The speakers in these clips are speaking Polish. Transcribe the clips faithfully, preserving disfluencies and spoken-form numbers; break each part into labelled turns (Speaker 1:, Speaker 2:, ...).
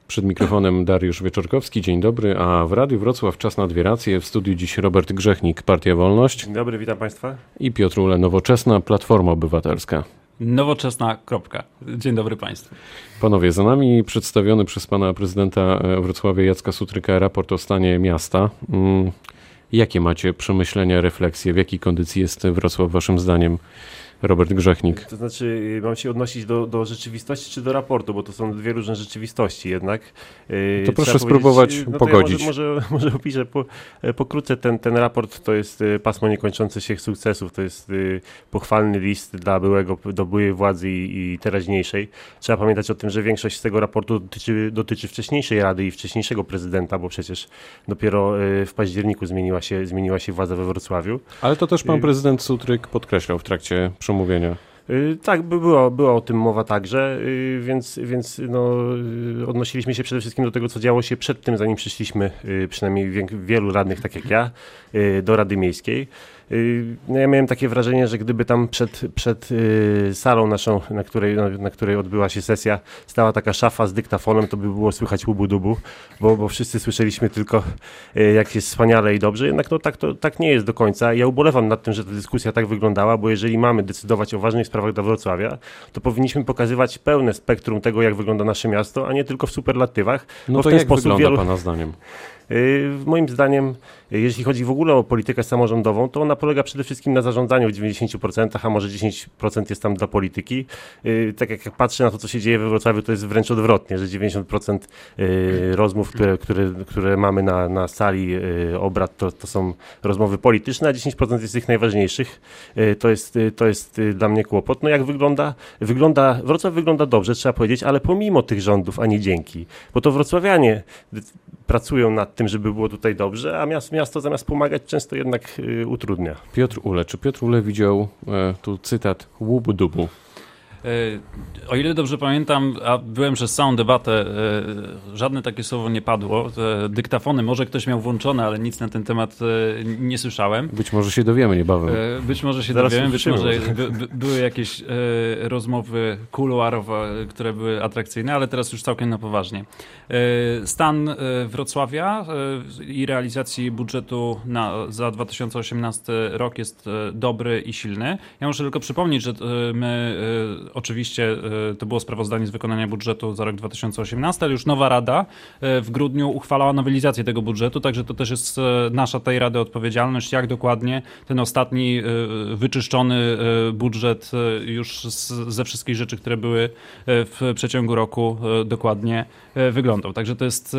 Speaker 1: Przed mikrofonem Dariusz Wieczorkowski, dzień dobry, a w Radiu Wrocław czas na dwie racje. W studiu dziś Robert Grzechnik, Partia Wolność.
Speaker 2: Dzień dobry, witam Państwa.
Speaker 1: I Piotr Ule, Nowoczesna, Platforma Obywatelska.
Speaker 3: Nowoczesna, kropka. Dzień dobry Państwu.
Speaker 1: Panowie, za nami przedstawiony przez pana prezydenta Wrocławia Jacka Sutryka raport o stanie miasta. Jakie macie przemyślenia, refleksje? W jakiej kondycji jest Wrocław waszym zdaniem? Robert Grzechnik.
Speaker 2: To znaczy, mam się odnosić do, do rzeczywistości czy do raportu, bo to są dwie różne rzeczywistości jednak.
Speaker 1: To proszę spróbować
Speaker 2: no
Speaker 1: pogodzić.
Speaker 2: Ja może, może, może opiszę po, pokrótce ten, ten raport. To jest pasmo niekończących się sukcesów. To jest pochwalny list dla byłego, do byłej władzy i, i teraźniejszej. Trzeba pamiętać o tym, że większość z tego raportu dotyczy, dotyczy wcześniejszej Rady i wcześniejszego prezydenta, bo przecież dopiero w październiku zmieniła się, zmieniła się władza we Wrocławiu.
Speaker 1: Ale to też pan prezydent Sutryk podkreślał w trakcie przemówienia.
Speaker 2: Tak, była, była o tym mowa także, więc, więc no, odnosiliśmy się przede wszystkim do tego, co działo się przed tym, zanim przyszliśmy, przynajmniej wielu radnych, tak jak ja, do Rady Miejskiej. No ja miałem takie wrażenie, że gdyby tam przed, przed salą naszą, na której, na której odbyła się sesja, stała taka szafa z dyktafonem, to by było słychać łubu-dubu, bo, bo wszyscy słyszeliśmy tylko, jak jest wspaniale i dobrze. Jednak no, tak, to, tak nie jest do końca. Ja ubolewam nad tym, że ta dyskusja tak wyglądała, bo jeżeli mamy decydować o ważnych sprawach dla Wrocławia, to powinniśmy pokazywać pełne spektrum tego, jak wygląda nasze miasto, a nie tylko w superlatywach.
Speaker 1: No
Speaker 2: bo
Speaker 1: to
Speaker 2: w ten
Speaker 1: jak
Speaker 2: sposób
Speaker 1: wygląda
Speaker 2: wielu...
Speaker 1: pana zdaniem?
Speaker 2: Moim zdaniem, jeśli chodzi w ogóle o politykę samorządową, to ona polega przede wszystkim na zarządzaniu w dziewięćdziesięciu procentach, a może dziesięć procent jest tam dla polityki. Tak jak patrzę na to, co się dzieje we Wrocławiu, to jest wręcz odwrotnie, że dziewięćdziesiąt procent rozmów, które, które, które mamy na, na sali obrad, to, to są rozmowy polityczne, a dziesięć procent jest tych najważniejszych. To jest, to jest dla mnie kłopot. No jak wygląda? Wygląda, Wrocław wygląda dobrze, trzeba powiedzieć, ale pomimo tych rządów, a nie dzięki. Bo to wrocławianie pracują nad tym, żeby było tutaj dobrze, a miasto, miasto zamiast pomagać często jednak y, utrudnia.
Speaker 1: Piotr Ule. Czy Piotr Ule widział e, tu cytat łubu-dubu?
Speaker 3: O ile dobrze pamiętam, a byłem przez całą debatę, żadne takie słowo nie padło. Dyktafony może ktoś miał włączone, ale nic na ten temat nie słyszałem.
Speaker 1: Być może się dowiemy niebawem.
Speaker 3: Być może się
Speaker 2: Zaraz
Speaker 3: dowiemy, być może
Speaker 2: by,
Speaker 3: by, były jakieś rozmowy kuluarowe, które były atrakcyjne, ale teraz już całkiem na poważnie. Stan Wrocławia i realizacji budżetu na, za dwa tysiące osiemnasty rok jest dobry i silny. Ja muszę tylko przypomnieć, że my oczywiście to było sprawozdanie z wykonania budżetu za rok dwa tysiące osiemnasty, ale już nowa Rada w grudniu uchwalała nowelizację tego budżetu, także to też jest nasza tej Rady odpowiedzialność, jak dokładnie ten ostatni wyczyszczony budżet już ze wszystkich rzeczy, które były w przeciągu roku dokładnie wyglądał. Także to jest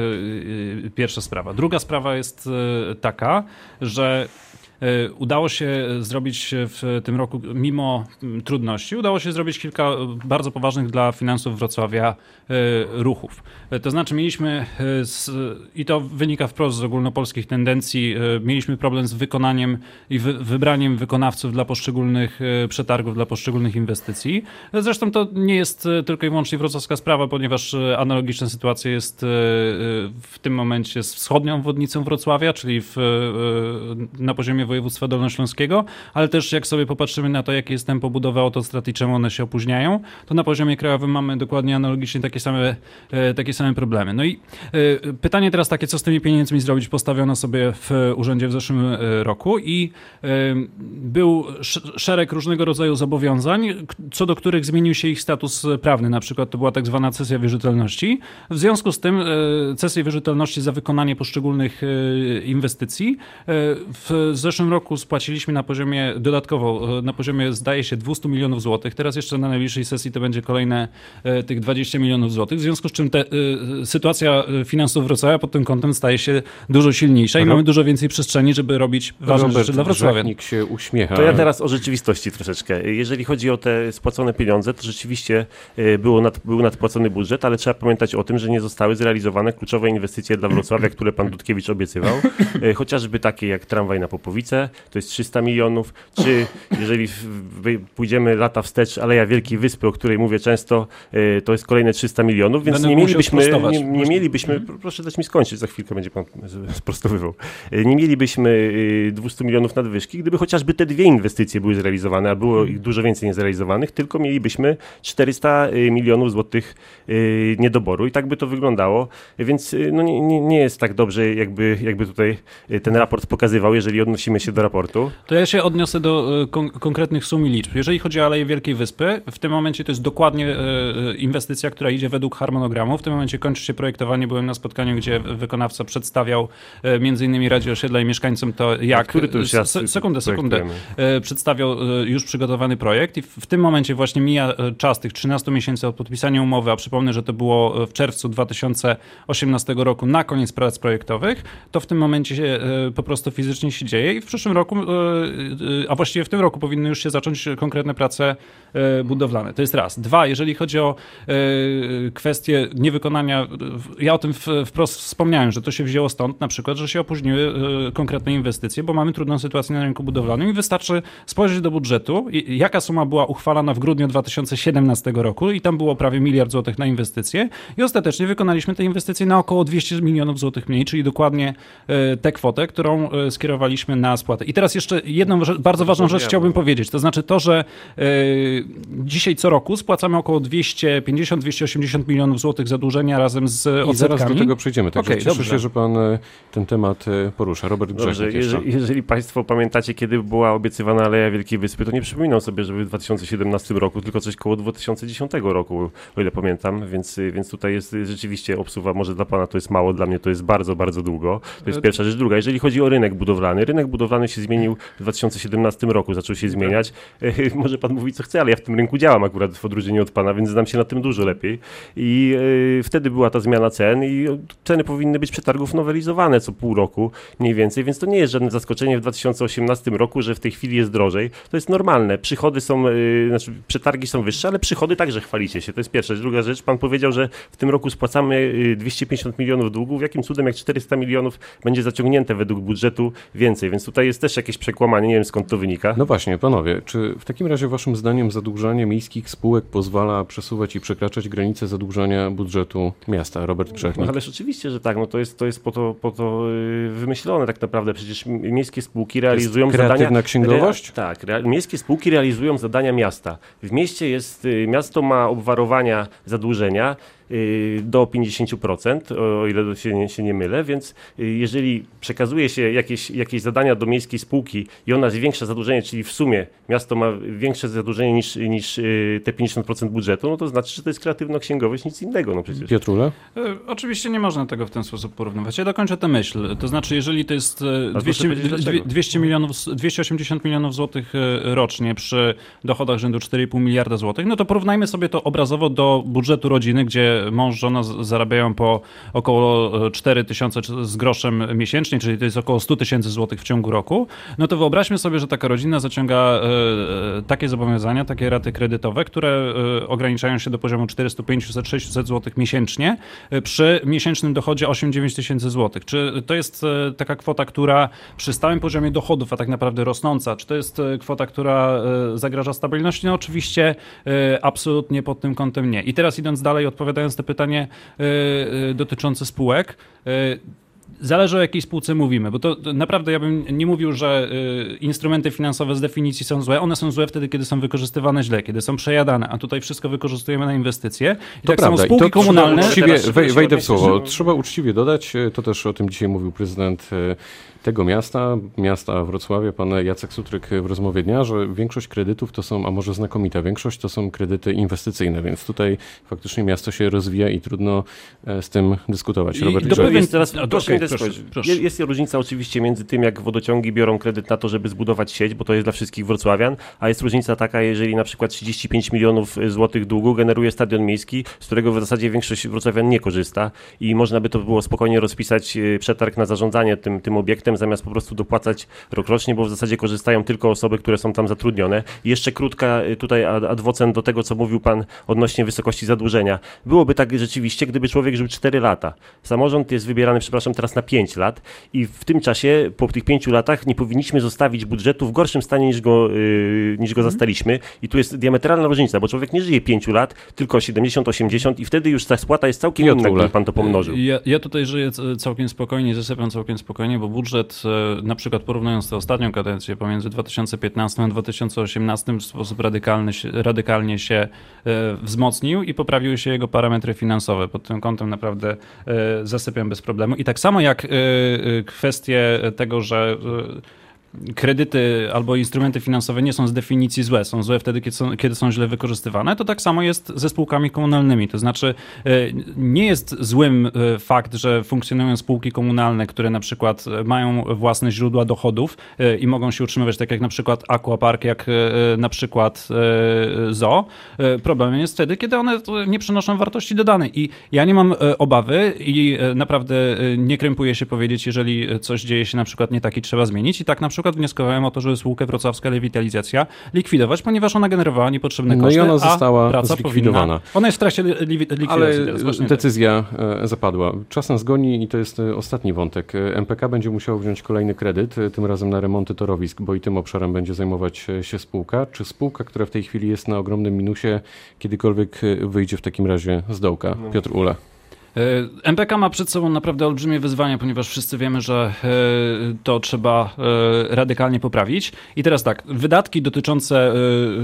Speaker 3: pierwsza sprawa. Druga sprawa jest taka, że udało się zrobić w tym roku, mimo trudności, udało się zrobić kilka bardzo poważnych dla finansów Wrocławia ruchów. To znaczy mieliśmy, z, i to wynika wprost z ogólnopolskich tendencji, mieliśmy problem z wykonaniem i wy, wybraniem wykonawców dla poszczególnych przetargów, dla poszczególnych inwestycji. Zresztą to nie jest tylko i wyłącznie wrocławska sprawa, ponieważ analogiczna sytuacja jest w tym momencie z wschodnią obwodnicą Wrocławia, czyli w, na poziomie województwa dolnośląskiego, ale też jak sobie popatrzymy na to, jakie jest tempo budowy autostrad i czemu one się opóźniają, to na poziomie krajowym mamy dokładnie analogicznie takie same, takie same problemy. No i pytanie teraz takie, co z tymi pieniędzmi zrobić, postawiono sobie w urzędzie w zeszłym roku i był szereg różnego rodzaju zobowiązań, co do których zmienił się ich status prawny. Na przykład to była tak zwana cesja wierzytelności. W związku z tym cesję wierzytelności za wykonanie poszczególnych inwestycji w zeszłym roku spłaciliśmy na poziomie dodatkowo, na poziomie zdaje się dwieście milionów złotych. Teraz jeszcze na najbliższej sesji to będzie kolejne e, tych dwadzieścia milionów złotych. W związku z czym te, e, sytuacja finansów Wrocławia pod tym kątem staje się dużo silniejsza i Ro... mamy dużo więcej przestrzeni, żeby robić ważne
Speaker 1: Robert
Speaker 3: rzeczy dla Wrocławia.
Speaker 1: Grzechnik się uśmiecha.
Speaker 2: To ja teraz o rzeczywistości troszeczkę. Jeżeli chodzi o te spłacone pieniądze, to rzeczywiście było nad, był nadpłacony budżet, ale trzeba pamiętać o tym, że nie zostały zrealizowane kluczowe inwestycje dla Wrocławia, które pan Dudkiewicz obiecywał. Chociażby takie jak tramwaj na Popowicy, Katowice, to jest trzysta milionów, czy jeżeli pójdziemy lata wstecz, Aleja Wielkiej Wyspy, o której mówię często, to jest kolejne trzysta milionów, więc
Speaker 3: Będę
Speaker 2: nie mielibyśmy,
Speaker 3: sprostować.
Speaker 2: nie, nie mielibyśmy,
Speaker 3: Mhm.
Speaker 2: proszę dać mi skończyć, za chwilkę będzie pan sprostowywał, nie mielibyśmy dwieście milionów nadwyżki, gdyby chociażby te dwie inwestycje były zrealizowane, a było ich dużo więcej niezrealizowanych, tylko mielibyśmy czterysta milionów złotych niedoboru i tak by to wyglądało, więc no nie, nie, nie jest tak dobrze, jakby, jakby tutaj ten raport pokazywał, jeżeli odnosimy się do raportu.
Speaker 3: To ja się odniosę do kon- konkretnych sum i liczb. Jeżeli chodzi o Aleję Wielkiej Wyspy, w tym momencie to jest dokładnie e, inwestycja, która idzie według harmonogramu. W tym momencie kończy się projektowanie. Byłem na spotkaniu, gdzie wykonawca przedstawiał e, między innymi Radzie Osiedla i mieszkańcom to, jak...
Speaker 2: Który to już raz
Speaker 3: se, Sekundę, sekundę. E, przedstawiał e, już przygotowany projekt i w, w tym momencie właśnie mija czas tych trzynastu miesięcy od podpisania umowy, a przypomnę, że to było w czerwcu dwa tysiące osiemnastego roku na koniec prac projektowych, to w tym momencie się e, po prostu fizycznie się dzieje i w przyszłym roku, e, e, a właściwie w tym roku powinny już się zacząć konkretne prace e, budowlane. To jest raz. Dwa, jeżeli chodzi o e, kwestię niewykonania, ja o tym w, wprost wspomniałem, że to się wzięło stąd na przykład, że się opóźniły e, konkretne inwestycje, bo mamy trudną sytuację na rynku budowlanym i wystarczy spojrzeć do budżetu, i, jaka suma była uchwalana w grudniu dwa tysiące siedemnastego roku i tam było prawie miliard złotych na inwestycje i ostatecznie wykonaliśmy te inwestycje na około dwieście milionów złotych mniej, czyli dokładnie e, tę kwotę, którą e, skierowaliśmy na spłatę. I teraz jeszcze jedną rzecz, bardzo ważną rzecz chciałbym powiedzieć, to znaczy to, że e, dzisiaj co roku spłacamy około dwieście pięćdziesiąt do dwieście osiemdziesiąt milionów złotych zadłużenia razem z odsetkami.
Speaker 1: I zaraz do tego przejdziemy, także
Speaker 3: okay,
Speaker 1: cieszę
Speaker 3: dobrze.
Speaker 1: się, że pan ten temat porusza. Robert Grzechnik jeszcze.
Speaker 2: Jeżeli, jeżeli państwo pamiętacie, kiedy była obiecywana Aleja Wielkiej Wyspy, to nie przypominam sobie, żeby w dwa tysiące siedemnastym roku, tylko coś koło dwa tysiące dziesiątego roku, o ile pamiętam, więc, więc tutaj jest rzeczywiście obsuwa, może dla pana to jest mało, dla mnie to jest bardzo, bardzo długo. To jest pierwsza rzecz. Druga, jeżeli chodzi o rynek budowlany, rynek budowlany się zmienił w dwa tysiące siedemnastym roku, zaczął się zmieniać. Może pan mówi co chce, ale ja w tym rynku działam akurat w odróżnieniu od pana, więc znam się na tym dużo lepiej. I y, wtedy była ta zmiana cen i ceny powinny być przetargów nowelizowane co pół roku mniej więcej, więc to nie jest żadne zaskoczenie w dwa tysiące osiemnastym roku, że w tej chwili jest drożej. To jest normalne. Przychody są, y, znaczy przetargi są wyższe, ale przychody także chwalicie się. To jest pierwsza rzecz. Druga rzecz, pan powiedział, że w tym roku spłacamy dwieście pięćdziesiąt milionów długów. Jakim cudem, jak czterysta milionów będzie zaciągnięte według budżetu więcej, więc tutaj jest też jakieś przekłamanie, nie wiem skąd to wynika.
Speaker 1: No właśnie, panowie, czy w takim razie waszym zdaniem zadłużanie miejskich spółek pozwala przesuwać i przekraczać granice zadłużania budżetu miasta? Robert Grzechnik.
Speaker 2: No, ależ oczywiście, że tak, no to jest, to jest po to, po to wymyślone tak naprawdę. Przecież miejskie spółki realizują
Speaker 1: jest kreatywna
Speaker 2: zadania...
Speaker 1: księgowość?
Speaker 2: Rea, tak, rea, miejskie spółki realizują zadania miasta. W mieście jest, miasto ma obwarowania zadłużenia do pięćdziesiąt procent, o ile się nie, się nie mylę, więc jeżeli przekazuje się jakieś, jakieś zadania do miejskiej spółki i ona zwiększa zadłużenie, czyli w sumie miasto ma większe zadłużenie niż, niż te pięćdziesiąt procent budżetu, no to znaczy, że to jest kreatywna księgowość, nic innego. No przecież.
Speaker 1: Piotrule?
Speaker 3: E, oczywiście nie można tego w ten sposób porównywać. Ja dokończę tę myśl. To znaczy, jeżeli to jest
Speaker 2: Ale
Speaker 3: dwieście,
Speaker 2: dlaczego?
Speaker 3: dwieście milionów, dwieście osiemdziesiąt milionów złotych rocznie przy dochodach rzędu cztery i pół miliarda złotych, no to porównajmy sobie to obrazowo do budżetu rodziny, gdzie mąż, żona zarabiają po około cztery tysiące z groszem miesięcznie, czyli to jest około sto tysięcy złotych w ciągu roku. No to wyobraźmy sobie, że taka rodzina zaciąga e, takie zobowiązania, takie raty kredytowe, które e, ograniczają się do poziomu czterysta, pięćset, sześćset złotych miesięcznie e, przy miesięcznym dochodzie osiem do dziewięciu tysięcy złotych. Czy to jest e, taka kwota, która przy stałym poziomie dochodów, a tak naprawdę rosnąca, czy to jest e, kwota, która e, zagraża stabilności? No oczywiście e, absolutnie pod tym kątem nie. I teraz idąc dalej, odpowiadając na pytanie e, e, dotyczące spółek, e, zależy o jakiej spółce mówimy, bo to naprawdę ja bym nie mówił, że y, instrumenty finansowe z definicji są złe. One są złe wtedy, kiedy są wykorzystywane źle, kiedy są przejadane, a tutaj wszystko wykorzystujemy na inwestycje. I
Speaker 1: to
Speaker 3: tak
Speaker 1: prawda.
Speaker 3: samo spółki
Speaker 1: I to
Speaker 3: komunalne...
Speaker 1: Uczciwie,
Speaker 2: Teraz
Speaker 1: wej, wejdę w
Speaker 2: myślę,
Speaker 1: słowo.
Speaker 2: że-
Speaker 1: Trzeba uczciwie dodać, to też o tym dzisiaj mówił prezydent tego miasta, miasta Wrocławia, pan Jacek Sutryk w rozmowie dnia, że większość kredytów to są, a może znakomita większość, to są kredyty inwestycyjne, więc tutaj faktycznie miasto się rozwija i trudno z tym dyskutować.
Speaker 3: I-
Speaker 1: Robert
Speaker 3: i
Speaker 1: Grzechnik.
Speaker 3: dopowiem-
Speaker 2: Jest teraz,
Speaker 3: No,
Speaker 2: proszę,
Speaker 3: okej,
Speaker 2: mi
Speaker 3: proszę,
Speaker 2: spojrzeć.
Speaker 3: proszę.
Speaker 2: Jest, jest różnica oczywiście między tym, jak wodociągi biorą kredyt na to, żeby zbudować sieć, bo to jest dla wszystkich wrocławian, a jest różnica taka, jeżeli na przykład trzydzieści pięć milionów złotych długu generuje stadion miejski, z którego w zasadzie większość wrocławian nie korzysta i można by to było spokojnie rozpisać e, przetarg na zarządzanie tym, tym obiektem projektem, zamiast po prostu dopłacać rokrocznie, bo w zasadzie korzystają tylko osoby, które są tam zatrudnione. I jeszcze krótka tutaj adwocent do tego, co mówił pan odnośnie wysokości zadłużenia. Byłoby tak rzeczywiście, gdyby człowiek żył cztery lata. Samorząd jest wybierany, przepraszam, teraz na pięć lat i w tym czasie, po tych pięciu latach nie powinniśmy zostawić budżetu w gorszym stanie niż go, yy, niż go zastaliśmy. I tu jest diametralna różnica, bo człowiek nie żyje pięciu lat, tylko siedemdziesiąt osiemdziesiąt i wtedy już ta spłata jest całkiem
Speaker 1: Piotr
Speaker 2: inna,
Speaker 1: Ule.
Speaker 2: gdyby pan to pomnożył.
Speaker 3: Ja, ja tutaj żyję c- całkiem spokojnie, zasypiam całkiem spokojnie, bo budżet, e, na przykład porównując tę ostatnią kadencję pomiędzy dwa tysiące piętnastym a dwa tysiące osiemnastym w sposób radykalny, się- radykalnie się e, wzmocnił i poprawiły się jego parametry finansowe. Pod tym kątem naprawdę e, zasypiam bez problemu. I tak samo jak e, e, kwestie tego, że e, kredyty albo instrumenty finansowe nie są z definicji złe, są złe wtedy, kiedy są, kiedy są źle wykorzystywane, to tak samo jest ze spółkami komunalnymi. To znaczy e, nie jest złym e, fakt, że funkcjonują spółki komunalne, które na przykład mają własne źródła dochodów e, i mogą się utrzymywać, tak jak na przykład Aquapark, jak e, na przykład e, Zoo. E, Problemem jest wtedy, kiedy one nie przynoszą wartości dodanej. I ja nie mam e, obawy i e, naprawdę e, nie krępuję się powiedzieć, jeżeli coś dzieje się na przykład nie tak i trzeba zmienić. I tak na przykład wnioskowałem o to, żeby spółkę Wrocławska Rewitalizacja likwidować, ponieważ ona generowała niepotrzebne
Speaker 1: No
Speaker 3: koszty,
Speaker 1: i ona
Speaker 3: a
Speaker 1: została
Speaker 3: praca
Speaker 1: zlikwidowana.
Speaker 3: powinna... Ona jest w trakcie li- li- likwidacji
Speaker 1: Ale
Speaker 3: teraz, właśnie tak.
Speaker 1: decyzja e, zapadła. Czas nas goni i to jest e, ostatni wątek. E, M P K będzie musiało wziąć kolejny kredyt, e, tym razem na remonty torowisk, bo i tym obszarem będzie zajmować e, się spółka. Czy spółka, która w tej chwili jest na ogromnym minusie, kiedykolwiek e, wyjdzie w takim razie z dołka? Piotr Ule.
Speaker 3: M P K ma przed sobą naprawdę olbrzymie wyzwania, ponieważ wszyscy wiemy, że e, to trzeba e, radykalnie poprawić. I teraz tak, wydatki dotyczące e,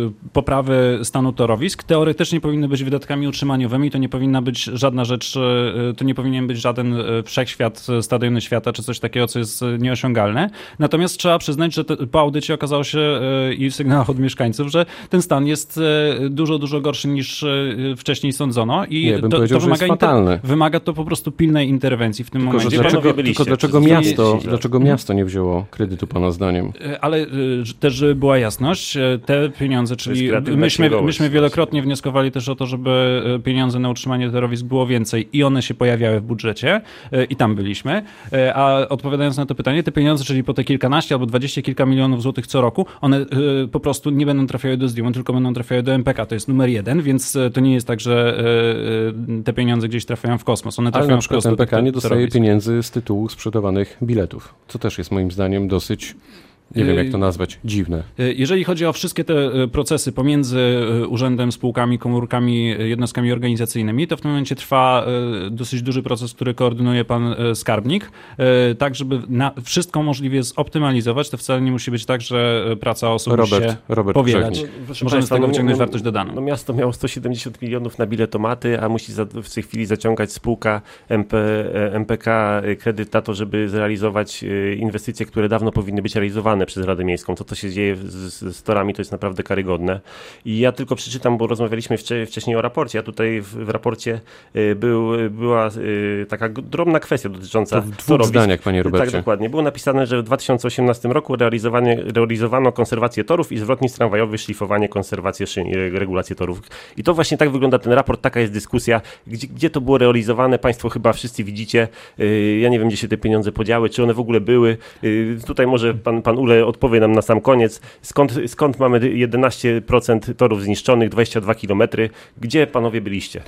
Speaker 3: poprawy stanu torowisk teoretycznie powinny być wydatkami utrzymaniowymi, to nie powinna być żadna rzecz, e, to nie powinien być żaden e, wszechświat, stadiony świata, czy coś takiego, co jest e, nieosiągalne. Natomiast trzeba przyznać, że te, po audycie okazało się e, i w sygnałach od mieszkańców, że ten stan jest e, dużo, dużo gorszy niż e, wcześniej sądzono. I
Speaker 1: Nie, bym
Speaker 3: to,
Speaker 1: powiedział,
Speaker 3: to
Speaker 1: że jest
Speaker 3: wymaga
Speaker 1: fatalny.
Speaker 3: Wymaga to po prostu pilnej interwencji w tym
Speaker 1: Tylko, że
Speaker 3: momencie.
Speaker 2: Panowie
Speaker 1: dlaczego,
Speaker 2: byliście
Speaker 1: tylko dlaczego
Speaker 2: przez
Speaker 1: miasto,
Speaker 2: dziesięć lat.
Speaker 1: dlaczego miasto nie wzięło kredytu pana zdaniem?
Speaker 3: Ale y, też, żeby była jasność, y, te pieniądze, czyli
Speaker 2: kreatywna
Speaker 3: myśmy,
Speaker 2: księgowość
Speaker 3: myśmy wielokrotnie wnioskowali też o to, żeby y, pieniądze na utrzymanie torowisk było więcej i one się pojawiały w budżecie y, i tam byliśmy. Y, A odpowiadając na to pytanie, te pieniądze, czyli po te kilkanaście albo dwadzieścia kilka milionów złotych co roku, one y, po prostu nie będą trafiały do zdjęcia, tylko będą trafiały do M P K. To jest numer jeden, więc y, to nie jest tak, że y, y, te pieniądze gdzieś trafiają w kosmos. One
Speaker 1: Ale
Speaker 3: trafiają
Speaker 1: na
Speaker 3: w
Speaker 1: przykład
Speaker 3: kosmos.
Speaker 1: M P K nie
Speaker 3: do
Speaker 1: dostaje
Speaker 3: torowisk.
Speaker 1: pieniędzy z tytułu sprzedawanych biletów, co też jest moim zdaniem dosyć, nie wiem jak to nazwać, dziwne.
Speaker 3: Jeżeli chodzi o wszystkie te e, procesy pomiędzy e, urzędem, spółkami, komórkami, e, jednostkami organizacyjnymi, to w tym momencie trwa e, dosyć duży proces, który koordynuje pan e, skarbnik, e, tak żeby na wszystko możliwie zoptymalizować. To wcale nie musi być tak, że e, praca osób musi
Speaker 1: Robert,
Speaker 3: się
Speaker 1: Robert
Speaker 3: powielać.
Speaker 1: Grzechnik.
Speaker 2: Proszę
Speaker 3: Możemy z tego
Speaker 2: no,
Speaker 3: wyciągnąć
Speaker 2: no,
Speaker 3: wartość dodaną.
Speaker 2: No miasto miało sto siedemdziesiąt milionów na biletomaty, a musi za, w tej chwili zaciągać spółka M P, M P K kredyt na to, żeby zrealizować inwestycje, które dawno powinny być realizowane przez Radę Miejską. To, co się dzieje z, z torami, to jest naprawdę karygodne. I ja tylko przeczytam, bo rozmawialiśmy wcze, wcześniej o raporcie, a tutaj w, w raporcie y, był, była y, taka g- drobna kwestia dotycząca
Speaker 1: To w dwóch
Speaker 2: torowisk.
Speaker 1: zdaniach, panie Robercie.
Speaker 2: Tak, dokładnie. Było napisane, że w dwa tysiące osiemnastym roku realizowanie, realizowano konserwację torów i zwrotnictw tramwajowych, szlifowanie, konserwację szyn, y, regulację torów. I to właśnie tak wygląda ten raport, taka jest dyskusja, gdzie, gdzie to było realizowane. Państwo chyba wszyscy widzicie. Y, ja nie wiem, gdzie się te pieniądze podziały, czy one w ogóle były. Y, tutaj może pan, pan Ule odpowie nam na sam koniec. Skąd, skąd mamy jedenaście procent torów zniszczonych, dwadzieścia dwa kilometry? Gdzie panowie byliście?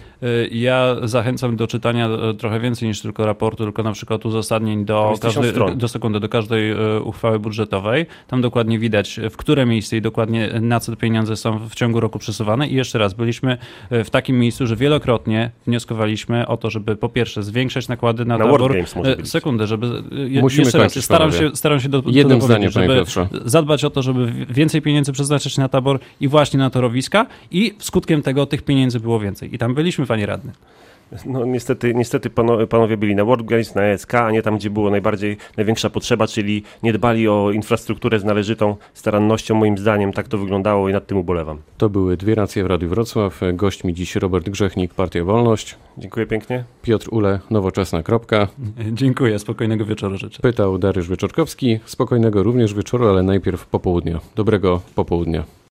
Speaker 3: Ja zachęcam do czytania trochę więcej niż tylko raportu, tylko na przykład uzasadnień do
Speaker 2: jest tysiąc
Speaker 3: każdej,
Speaker 2: stron.
Speaker 3: do sekundy, do każdej e, uchwały budżetowej. Tam dokładnie widać, w które miejsce i dokładnie na co te pieniądze są w ciągu roku przesuwane. I jeszcze raz, byliśmy w takim miejscu, że wielokrotnie wnioskowaliśmy o to, żeby po pierwsze zwiększać nakłady na,
Speaker 2: Na
Speaker 3: tabor.
Speaker 2: World Games może
Speaker 3: E,
Speaker 2: byliście.
Speaker 3: Sekundę, żeby... je-
Speaker 1: Musimy
Speaker 3: jeszcze raz,
Speaker 1: kończyć,
Speaker 3: staram
Speaker 1: panowie.
Speaker 3: się, staram się do, do
Speaker 1: Jednym
Speaker 3: tego
Speaker 1: zdaniem,
Speaker 3: powiedzieć,
Speaker 1: panie
Speaker 3: żeby
Speaker 1: Piotrze.
Speaker 3: zadbać o to, żeby więcej pieniędzy przeznaczyć na tabor i właśnie na torowiska i skutkiem tego tych pieniędzy było więcej. I tam byliśmy, panie radny.
Speaker 2: No niestety, niestety pano, panowie byli na World Games, na E S K, a nie tam, gdzie było najbardziej, największa potrzeba, czyli nie dbali o infrastrukturę z należytą starannością. Moim zdaniem tak to wyglądało i nad tym ubolewam.
Speaker 1: To były dwie racje w Radiu Wrocław. Gośćmi dziś Robert Grzechnik, Partia Wolność,
Speaker 2: Dziękuję pięknie.
Speaker 1: Piotr Ule, Nowoczesna. Kropka.
Speaker 3: Dziękuję, spokojnego wieczoru życzę.
Speaker 1: Pytał Dariusz Wieczorkowski. Spokojnego również wieczoru, ale najpierw popołudnia. Dobrego popołudnia.